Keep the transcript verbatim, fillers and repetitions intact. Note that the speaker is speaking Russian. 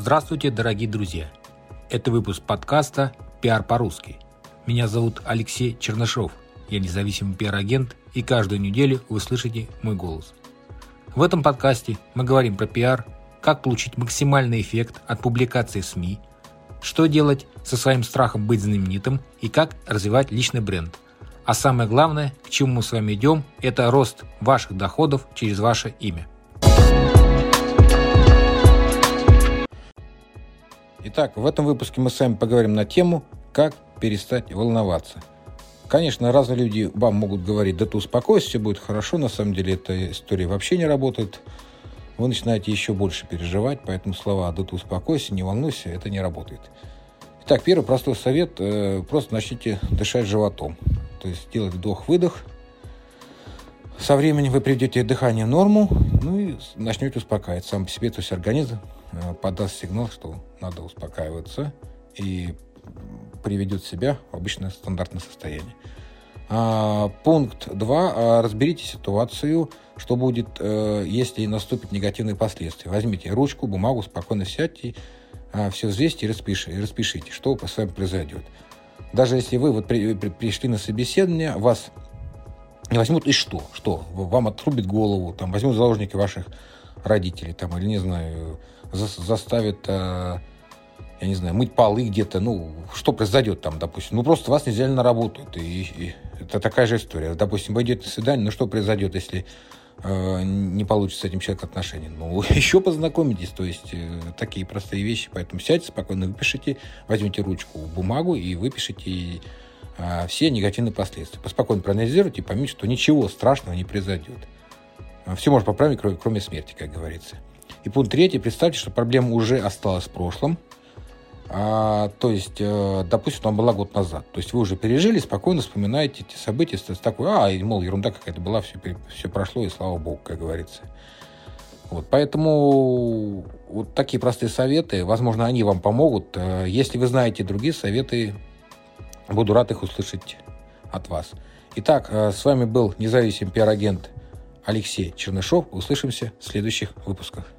Здравствуйте, дорогие друзья! Это выпуск подкаста «Пиар по-русски». Меня зовут Алексей Чернышов, я независимый пиар-агент, и каждую неделю вы слышите мой голос. В этом подкасте мы говорим про пиар, как получить максимальный эффект от публикации в СМИ, что делать со своим страхом быть знаменитым и как развивать личный бренд. А самое главное, к чему мы с вами идем, это рост ваших доходов через ваше имя. Итак, в этом выпуске мы с вами поговорим на тему, как перестать волноваться. Конечно, разные люди вам могут говорить: да ты успокойся, все будет хорошо. На самом деле эта история вообще не работает. Вы начинаете еще больше переживать, поэтому слова «да ты успокойся, не волнуйся» — это не работает. Итак, первый простой совет – просто начните дышать животом. То есть делать вдох-выдох. Со временем вы приведете дыхание в норму, ну и начнете успокаиваться. Сам по себе, то есть организм подаст сигнал, что надо успокаиваться, и приведет себя в обычное стандартное состояние. А, пункт два. Разберите ситуацию, что будет, если наступят негативные последствия. Возьмите ручку, бумагу, спокойно сядьте, все взвесьте и распишите, распишите, что с вами произойдет. Даже если вы вот при, при, пришли на собеседование, вас не возьмут, и что? Что? Вам отрубят голову, там, возьмут в заложники ваших родителей, там, или, не знаю, за, заставят, э, я не знаю, мыть полы где-то, ну, что произойдет там, допустим? Ну, просто вас не взяли на работу, и, и это такая же история. Допустим, вы идете на свидание, ну, что произойдет, если э, не получится с этим человеком отношения? Ну, еще познакомитесь, то есть э, такие простые вещи, поэтому сядьте спокойно, выпишите, возьмите ручку, бумагу и выпишите э, все негативные последствия. Поспокойно проанализируйте и поймите, что ничего страшного не произойдет. Все можно поправить, кроме смерти, как говорится. И пункт третий. Представьте, что проблема уже осталась в прошлом. А, то есть, э, допустим, она была год назад. То есть вы уже пережили, спокойно вспоминаете эти события. С такой, а, мол, ерунда какая-то была, все, все прошло, и слава богу, как говорится. Вот, поэтому вот такие простые советы, возможно, они вам помогут. Если вы знаете другие советы, буду рад их услышать от вас. Итак, с вами был независимый пиар-агент Алексей Чернышов. Услышимся в следующих выпусках.